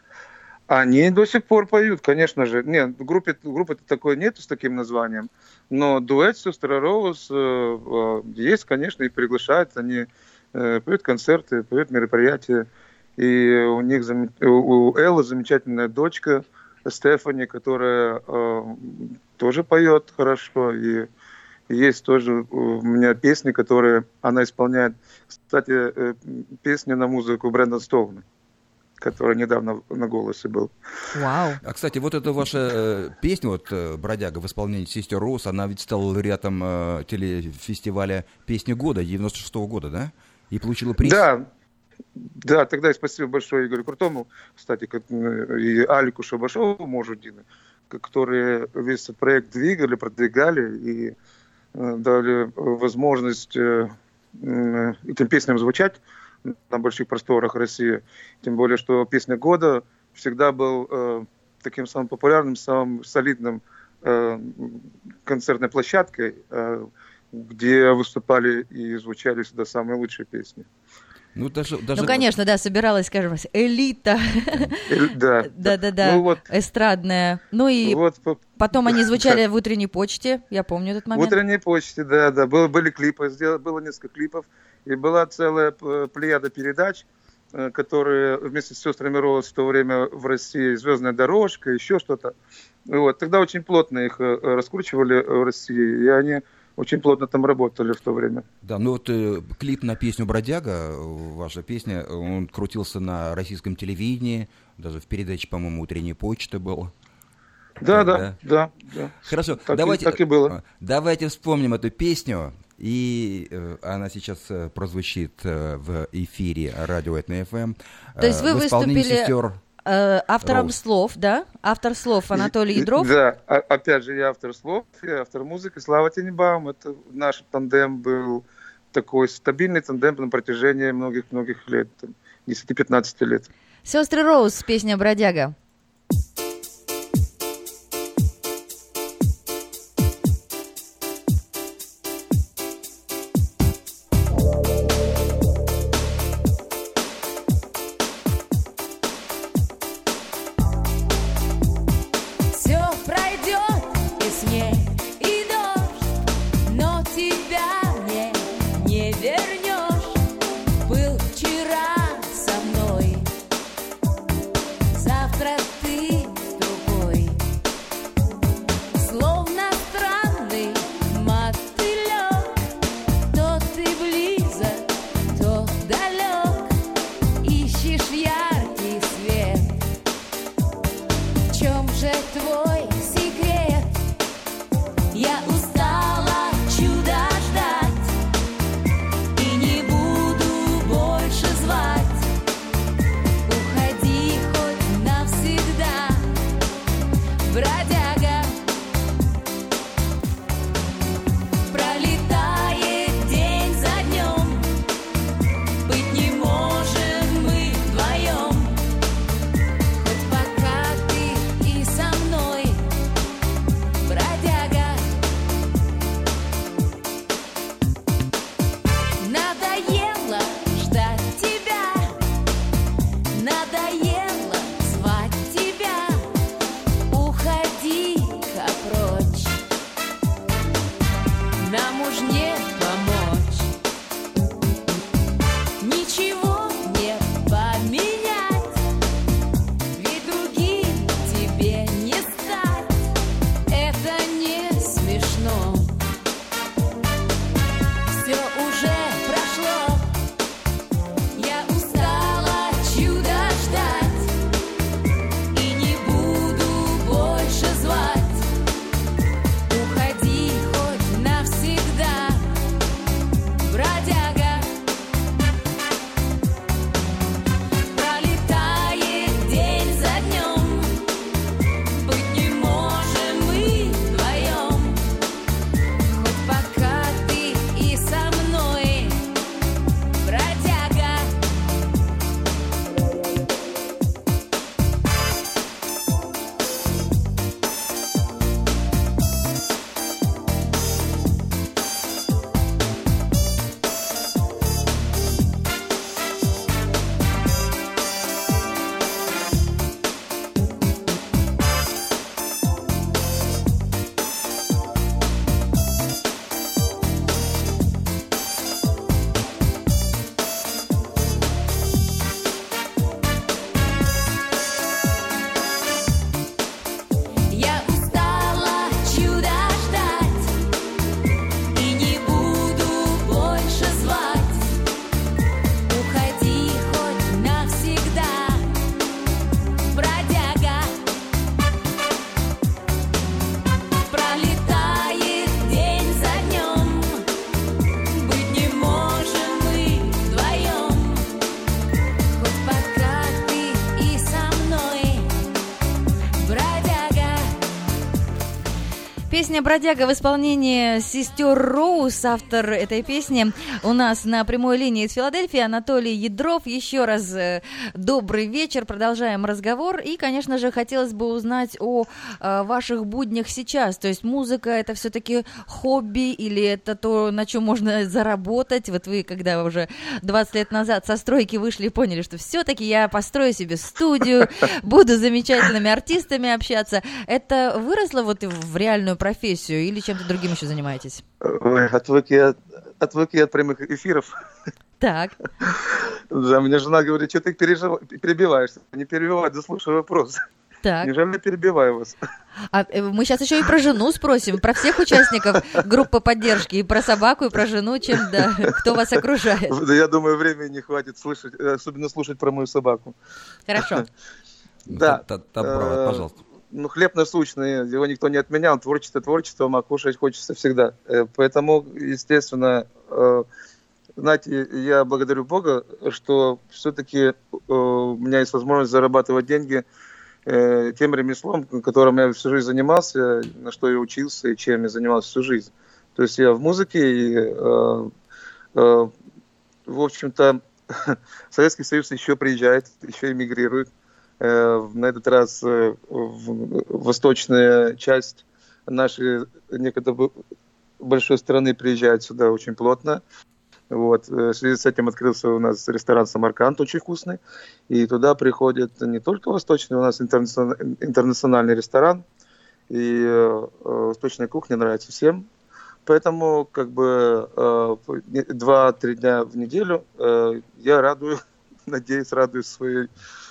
C: Они до сих пор поют, конечно же. Нет, в группе, группы такой нету с таким названием, но дуэт сестры Роуз э, э, есть, конечно, и приглашают. Они э, поют концерты, поют мероприятия. И у них у Эллы замечательная дочка Стефани, которая э, тоже поет хорошо, и есть тоже у меня песни, которые она исполняет. Кстати, песни на музыку Брэндон Стоуна, который недавно на «Голосе» был.
D: Вау.
B: А, кстати, вот эта ваша э, песня, вот «Бродяга» в исполнении Sister Rose, она ведь стала лауреатом э, телефестиваля «Песня года» девяносто шестого года, да? И получила приз.
C: Да, да, тогда и спасибо большое Игорю Крутому, кстати, и Алику Шабашову, мужу Дины, которые весь этот проект двигали, продвигали и дали возможность этим песням звучать на больших просторах России. Тем более, что «Песня года» всегда был э, таким самым популярным, самым солидным э, концертной площадкой, э, где выступали и звучали всегда самые лучшие песни.
B: Ну, даже, даже...
D: ну, конечно, да, собиралась, скажем, элита.
C: Да,
D: да-да-да,
C: ну, вот,
D: эстрадная. Ну и
C: вот,
D: потом они звучали в «Утренней почте», я помню этот момент.
C: В «Утренней почте», да, да, было, были клипы, сделали, было несколько клипов, и была целая плеяда передач, которые вместе с сестрами Роуз в то время в России, «Звездная дорожка», еще что-то. Вот, тогда очень плотно их раскручивали в России, и они очень плотно там работали в то время.
B: Да, ну вот э, клип на песню «Бродяга», ваша песня, он крутился на российском телевидении, даже в передаче, по-моему, «Утренняя почта» был.
C: Да, да, да. да, да.
B: Хорошо,
C: так
B: давайте,
C: и, так и было.
B: Давайте вспомним эту песню, и э, она сейчас э, прозвучит э, в эфире радио Этна эф эм.
D: То есть вы
B: в исполнении
D: выступили...
B: сестер
D: автором
B: Роуз.
D: слов, да? Автор слов Анатолий Ядров.
C: Да, опять же, я автор слов, я автор музыки. Слава Тенебаум. Это наш тандем был такой стабильный тандем на протяжении многих-многих лет, десять-пятнадцать лет.
D: Сестры Роуз, песня «Бродяга».
F: Завтра
D: Песня «Бродяга» в исполнении сестер Роуз. Автор этой песни у нас на прямой линии из Филадельфии Анатолий Ядров. Еще раз э, добрый вечер. Продолжаем разговор. И, конечно же, хотелось бы узнать о э, ваших буднях сейчас. То есть музыка — это все-таки хобби или это то, на чем можно заработать? Вот вы, когда уже двадцать лет назад со стройки вышли и поняли, что все-таки я построю себе студию, буду с замечательными артистами общаться. Это выросло вот в реальную профессию или чем-то другим еще занимаетесь?
C: Ой, отвык я, отвык я от прямых эфиров.
D: Так.
C: Да, мне жена говорит, что ты пережив... перебиваешься. Не перебивай, дослушай вопрос.
D: Так.
C: Неужели я перебиваю вас?
D: А мы сейчас еще и про жену спросим, про всех участников группы поддержки, и про собаку, и про жену, чем, да, кто вас окружает.
C: Да, я думаю, времени не хватит слышать, особенно слушать про мою собаку.
D: Хорошо.
C: Да.
B: Пожалуйста.
C: Ну, хлеб насущный, его никто не отменял, творчество творчеством, а кушать хочется всегда. Поэтому, естественно, знаете, я благодарю Бога, что все-таки у меня есть возможность зарабатывать деньги тем ремеслом, которым я всю жизнь занимался, на что я учился и чем я занимался всю жизнь. То есть я в музыке, и, в общем-то, Советский Союз еще приезжает, еще эмигрирует. На этот раз в восточная часть нашей некогда большой страны приезжает сюда очень плотно. Вот. В связи с этим открылся у нас ресторан «Самарканд», очень вкусный. И туда приходят не только восточные, у нас интернациональный ресторан. И э, восточная кухня нравится всем. Поэтому как бы э, два-три дня в неделю э, я радую, надеюсь, радуюсь своей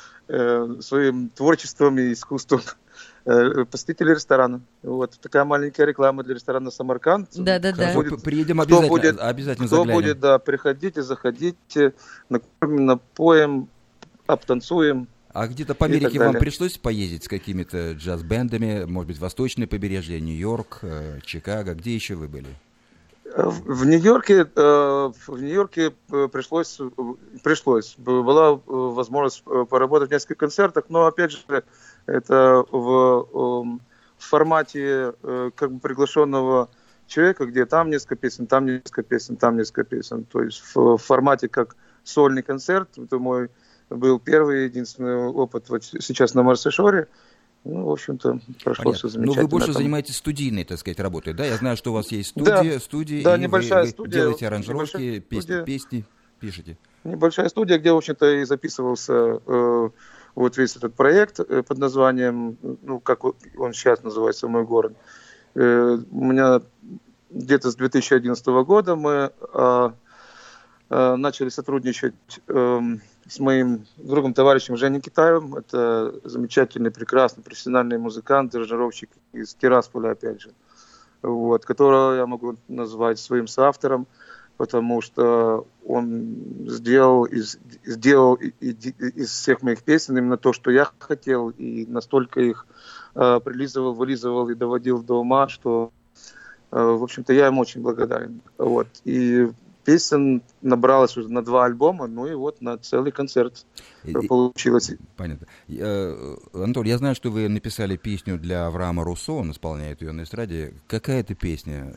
C: своим творчеством и искусством посетителей ресторана. Вот такая маленькая реклама для ресторана «Самарканд».
D: Да, да, да.
B: Приедем обязательно,
C: будет,
B: обязательно
C: кто
B: заглянем.
C: будет, да, приходите, заходите, накормим, напоим, обтанцуем.
B: А где-то по Америке вам пришлось поездить с какими-то джаз-бендами, может быть, восточное побережье, Нью-Йорк, Чикаго, где еще вы были?
C: В Нью-Йорке, в Нью-Йорке пришлось, пришлось, была возможность поработать в нескольких концертах, но опять же это в, в формате как бы приглашенного человека, где там несколько песен, там несколько песен, там несколько песен, то есть в формате как сольный концерт. Это мой был первый единственный опыт вот сейчас на Марсе-Шоре. Ну, в общем-то, прошло
B: Понятно.
C: все замечательно.
B: Но вы больше
C: там
B: занимаетесь студийной, так сказать, работой, да? Я знаю, что у вас есть студия,
C: да,
B: студии,
C: да,
B: и
C: небольшая
B: вы, вы
C: студия,
B: делаете аранжировки, песни,
C: студия.
B: песни пишете.
C: Небольшая студия, где, в общем-то, и записывался э, вот весь этот проект э, под названием, ну, как он сейчас называется, «Мой город». Э, у меня где-то с две тысячи одиннадцатого года мы э, э, начали сотрудничать э, с моим другом, товарищем Женей Китаевым. Это замечательный, прекрасный, профессиональный музыкант, аранжировщик из Тирасполя, опять же, вот, которого я могу назвать своим соавтором, потому что он сделал, из, сделал из всех моих песен именно то, что я хотел, и настолько их э, прилизывал, вылизывал и доводил до ума, что, э, в общем-то, я ему очень благодарен. Вот. И песен набралось уже на два альбома, ну и вот на целый концерт и, получилось.
B: Понятно. Анатолий, я знаю, что вы написали песню для Авраама Руссо, он исполняет ее на эстраде. Какая это песня?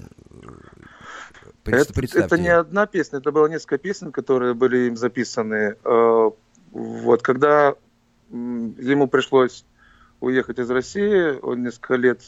C: Это, это не одна песня, это было несколько песен, которые были им записаны. Вот, когда ему пришлось уехать из России, он несколько лет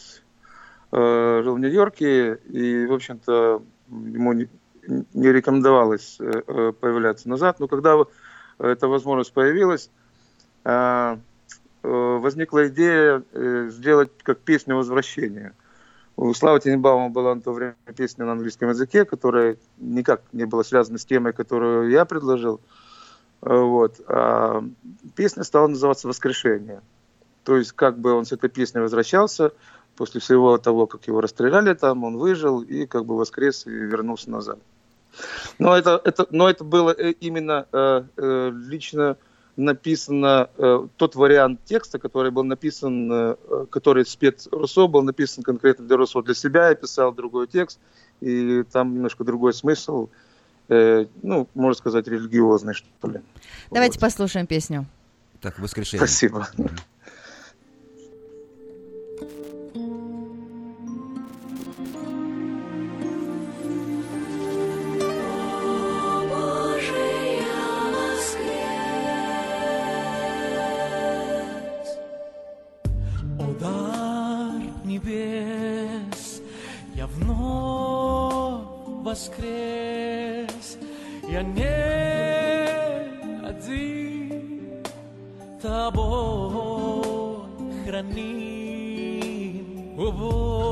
C: жил в Нью-Йорке, и, в общем-то, ему не не рекомендовалось э, появляться назад, но когда эта возможность появилась, э, э, возникла идея э, сделать как песню возвращения. У Славы Тененбаума была на то время песня на английском языке, которая никак не была связана с темой, которую я предложил. Э, вот. А песня стала называться «Воскрешение». То есть как бы он с этой песней возвращался, после всего того, как его расстреляли там, он выжил и как бы воскрес и вернулся назад. Но это, это, но это было именно э, э, лично написано, э, тот вариант текста, который был написан, э, который спет Руссо, был написан конкретно для Руссо. Для себя я писал другой текст, и там немножко другой смысл, э, ну, можно сказать, религиозный, что ли.
D: Давайте
C: вот.
D: Послушаем песню.
B: Так, «Воскрешение».
C: Спасибо.
E: воскрес, я не один, тобой храним. О,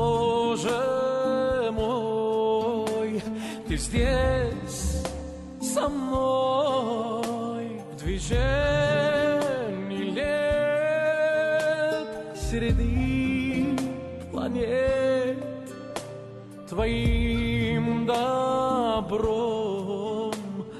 E: Боже мой, ты здесь со мной в движении лет среди планет. Твоим добром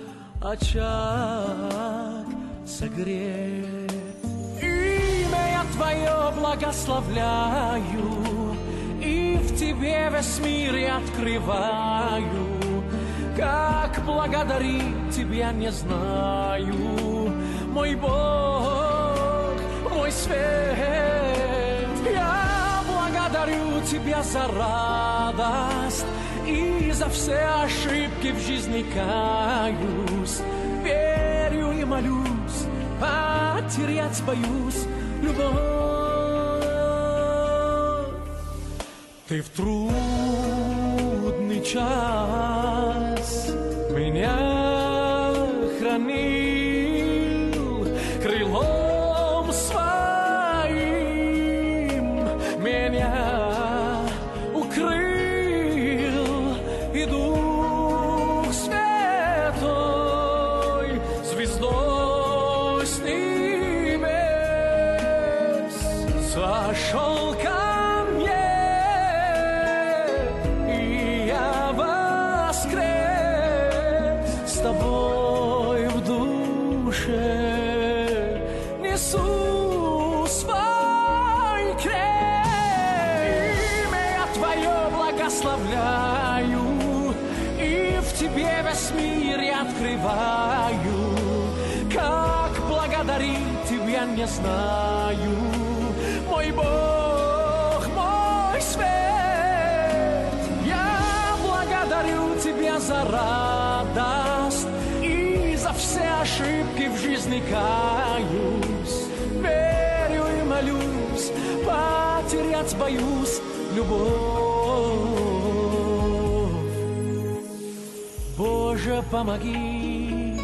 E: очаг согрет. Имя я Твое благословляю, и в Тебе весь мир я открываю. Как благодарить Тебя не знаю, мой Бог, мой свет. Я благодарю Тебя за радость и за все ошибки в жизни каюсь. Верю и молюсь, потерять боюсь любовь. Ты в трудный час меня хранил крылом своим, меня укрыл, и Дух Святой звездой с небес сошел ко мне, и я воскрес с Тобой в душе, несу свой крест. Имя Твое благословляю, и в Тебе весь мир я открываю. Как благодарить Тебя не знаю, мой Бог, мой свет. Я благодарю Тебя за радость и за все ошибки в жизни каюсь. Верю и молюсь, потерять боюсь любовь. Боже, помоги,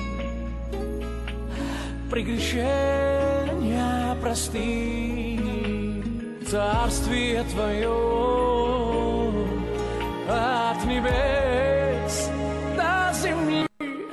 E: прегрешения прости, Царствие Твое от небес до земли.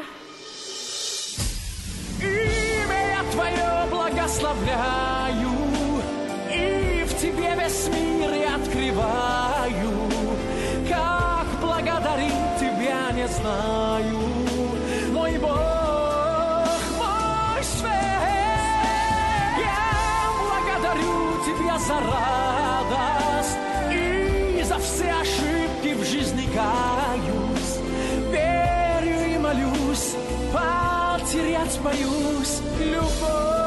E: Имя Твое благословляю, и в Тебе весь мир я открываю. Как благодарить Тебя не знаю, мой Бог, мой свет. Я благодарю Тебя за радость и за все ошибки в жизни каюсь. Верю и молюсь, потерять боюсь любовь.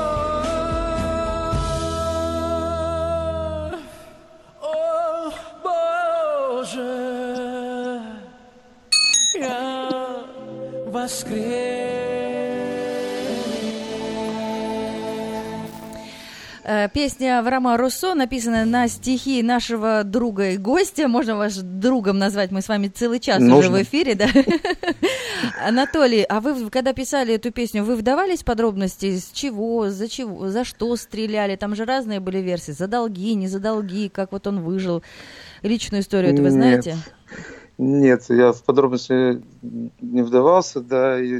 E: О, Боже, я воскрес.
D: Песня Авраама Руссо, написанная на стихи нашего друга и гостя. Можно вас другом назвать, мы с вами целый час Нужно. уже в эфире, да? Анатолий, а вы, когда писали эту песню, вы вдавались в подробности, с чего, за чего, за что стреляли? Там же разные были версии, за долги, не за долги, как вот он выжил. Личную историю это вы знаете?
C: Нет, я в подробности не вдавался, да, и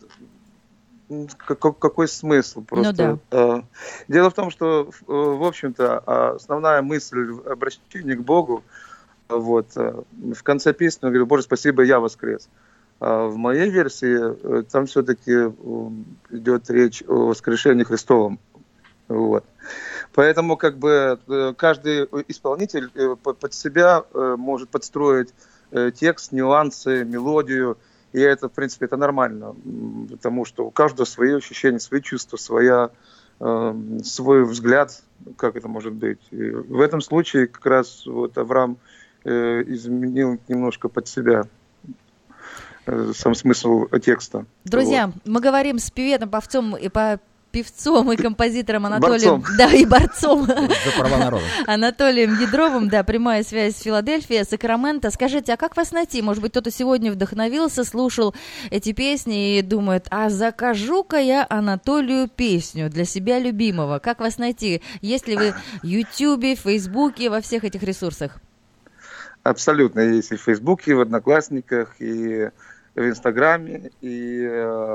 C: какой смысл просто. Ну, да. Дело в том, что, в общем-то, основная мысль обращения к Богу, вот, в конце песни он говорит: Боже, спасибо, я воскрес. А в моей версии там все-таки идет речь о воскрешении Христовом. Вот. Поэтому как бы каждый исполнитель под себя может подстроить текст, нюансы, мелодию. И это, в принципе, это нормально, потому что у каждого свои ощущения, свои чувства, своя, э, свой взгляд, как это может быть. И в этом случае как раз вот Авраам э, изменил немножко под себя э, сам смысл текста.
D: Друзья, вот. Мы говорим с певцом, певцом и по певцом и композитором Анатолием...
C: Борцом.
D: Да, и борцом.
B: За права народа.
D: Анатолием Ядровым, да, прямая связь с Филадельфией, Сакраменто. Скажите, а как вас найти? Может быть, кто-то сегодня вдохновился, слушал эти песни и думает, а закажу-ка я Анатолию песню для себя любимого. Как вас найти? Есть ли вы в Ютьюбе, в Фейсбуке, во всех этих ресурсах?
C: Абсолютно. Есть и в Фейсбуке, и в Одноклассниках, и в Инстаграме. И,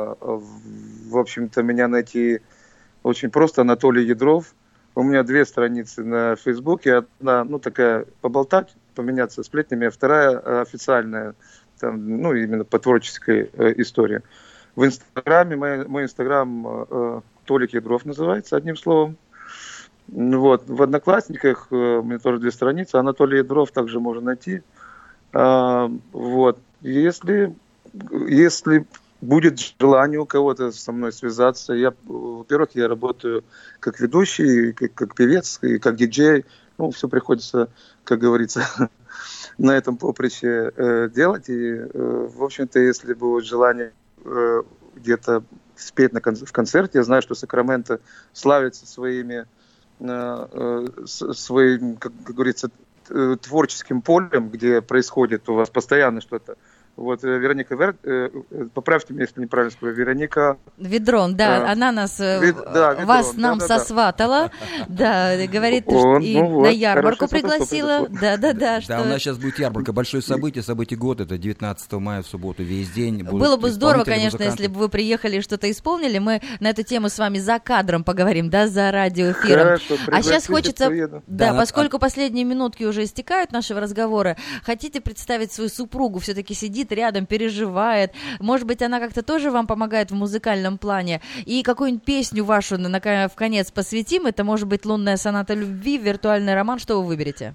C: в общем-то, меня найти очень просто. Анатолий Ядров. У меня две страницы на Фейсбуке. Одна, ну, такая, поболтать, поменяться сплетнями, а вторая официальная, там, ну, именно по творческой э, истории. В Инстаграме, мой, мой Инстаграм э, Толик Ядров называется, одним словом. Вот. В Одноклассниках э, у меня тоже две страницы. Анатолий Ядров также можно найти. А, вот. Если, если будет желание у кого-то со мной связаться, я, во-первых, я работаю как ведущий, как, как певец, и как диджей. Ну, все приходится, как говорится, на этом поприще э, делать. И, э, в общем-то, если будет желание э, где-то спеть на кон- в концерте, я знаю, что Сакраменто славится своими, э, э, своим, как, как говорится, э, творческим полем, где происходит у вас постоянно что-то. Вот Вероника, Вер... поправьте меня, если неправильно скажу, Вероника...
D: Ведрон, да, а, она нас, Вед... да, Ведрон, вас да, нам да, сосватала, да, да говорит, О, и ну вот, на ярмарку пригласила, да-да-да.
B: Что... Да, у нас сейчас будет ярмарка, большое событие, событие года, это девятнадцатого мая в субботу, весь день.
D: Было бы здорово, конечно, музыканты. Если бы вы приехали и что-то исполнили, мы на эту тему с вами за кадром поговорим, да, за радиоэфиром. Хорошо, а сейчас хочется, да, да, поскольку а... последние минутки уже истекают нашего разговора, хотите представить свою супругу, все-таки сидит рядом, переживает. Может быть, она как-то тоже вам помогает в музыкальном плане. И какую-нибудь песню вашу на, в конец посвятим. Это может быть «Лунная соната любви», «Виртуальный роман». Что вы выберете?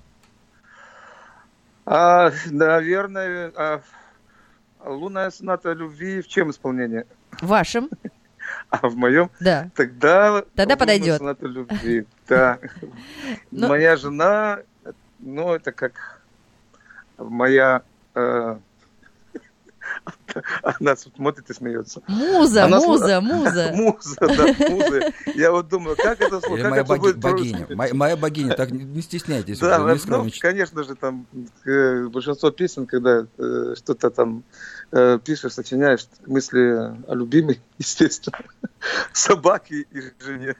C: А, наверное, а, «Лунная соната любви» в чем исполнении?
D: В вашем.
C: А в моем?
D: Да.
C: Тогда...
D: Тогда подойдет.
C: «Лунная соната любви», да. Моя жена, ну, это как моя... Она смотрит и смеется.
D: Муза,
C: Она
D: муза,
C: см...
D: муза.
C: Муза, да, муза. Я вот думаю, как это слово...
B: Моя боги... богиня. Моя, моя богиня, так не стесняйтесь.
C: Да,
B: уже, не
C: ну, конечно же, там э, большинство песен, когда э, что-то там э, пишешь, сочиняешь, мысли о любимой, естественно, собаке и жене.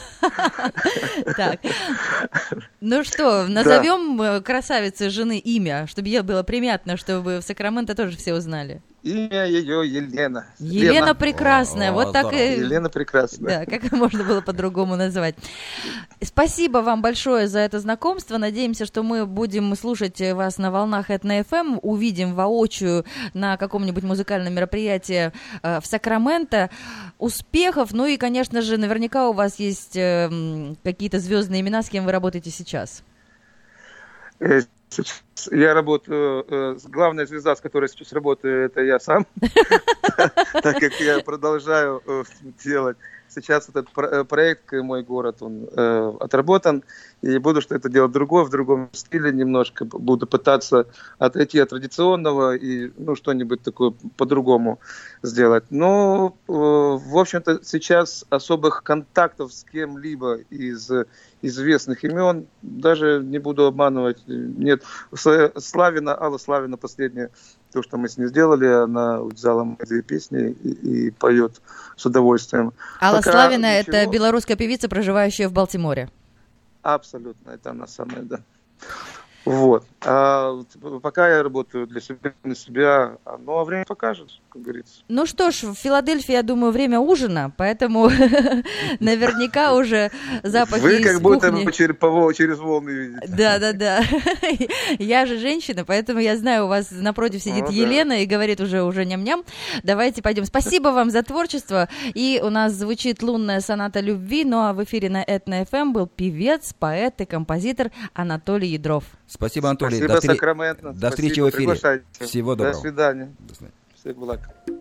D: Так. Ну что, назовем красавице жены имя, чтобы ей было приятно, чтобы в Сакраменто тоже все узнали.
C: Имя ее Елена.
D: Елена Лена. Прекрасная. О, вот так и...
C: Елена Прекрасная.
D: Да, как можно было по-другому назвать. Спасибо вам большое за это знакомство. Надеемся, что мы будем слушать вас на волнах Этно эф эм, увидим воочию на каком-нибудь музыкальном мероприятии э, в Сакраменто. Успехов! Ну и, конечно же, наверняка у вас есть э, какие-то звездные имена, с кем вы работаете сейчас.
C: Сейчас я работаю, э, главная звезда, с которой сейчас работаю, это я сам, так как я продолжаю делать. Сейчас этот проект «Мой город», он отработан, и буду что-то делать другое, в другом стиле немножко, буду пытаться отойти от традиционного и, ну, что-нибудь такое по-другому сделать. Но, в общем-то, сейчас особых контактов с кем-либо из известных имен, даже не буду обманывать, нет. Славина, Алла Славина, последняя, то, что мы с ней сделали, она взяла мои две песни и, и поет с удовольствием.
D: Алла Пока Славина ничего... – это белорусская певица, проживающая в Балтиморе.
C: Абсолютно, это она самая, да. Вот. А пока я работаю для себя, на себя, ну, а время покажет, как говорится.
D: Ну что ж, в Филадельфии, я думаю, время ужина, поэтому наверняка уже запахи
C: Вы как
D: из
C: будто
D: кухни...
C: через волны видите.
D: Да-да-да. Я же женщина, поэтому я знаю, у вас напротив сидит Елена и говорит уже уже ням-ням. Давайте пойдем. Спасибо вам за творчество. И у нас звучит «Лунная соната любви», ну а в эфире на Этно эф эм был певец, поэт и композитор Анатолий Ядров.
B: Спасибо, Анатолий.
C: Спасибо,
B: до, встр...
C: Сакраменто.
B: До встречи в эфире. Всего доброго.
C: До свидания. До свидания. Всех благ.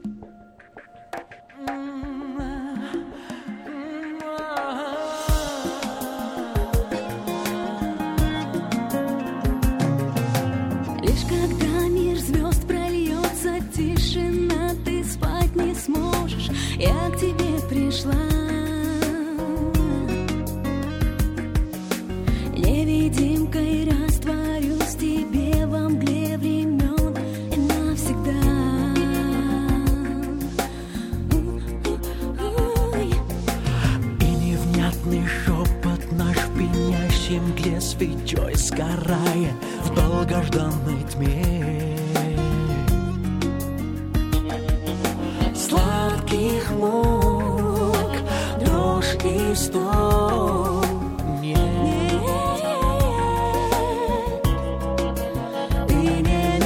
F: Лишь когда мир звезд прольется, тишина, ты спать не сможешь. Я к тебе пришла.
E: ночной мгле свечой сгорая в долгожданной тьме. Сладких мук, дрожь и стон нет. Ты не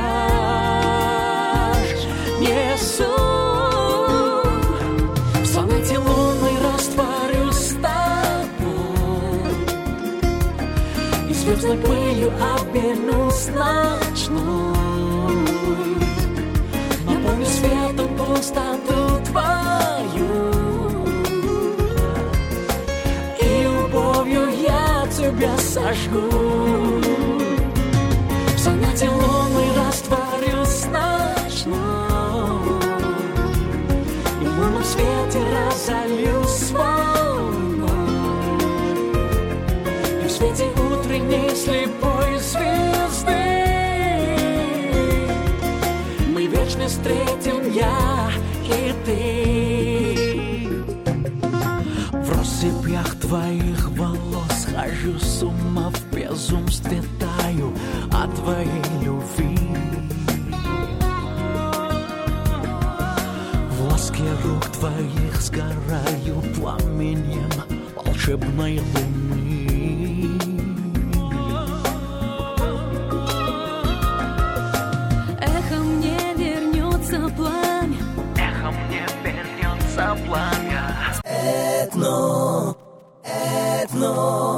E: мираж, не сон. В сонете лунной растворюсь с тобой и звездной пылью обернусь ночной. Наполню светом пустоту твою, и любовью я тебя сожгу. В сонете лунной растворюсь ночной, и в лунном свете разольюсь волной, и в свете утренней слепой звезды мы вечно встретим я и ты. В россыпях твоих волос хожу с ума, в безумстве таю от твоей любви. В ласке рук твоих сгораю пламенем волшебной луны.
F: Эхо мне вернется пламя,
E: Эхо мне вернется пламя.
G: Этно, этно.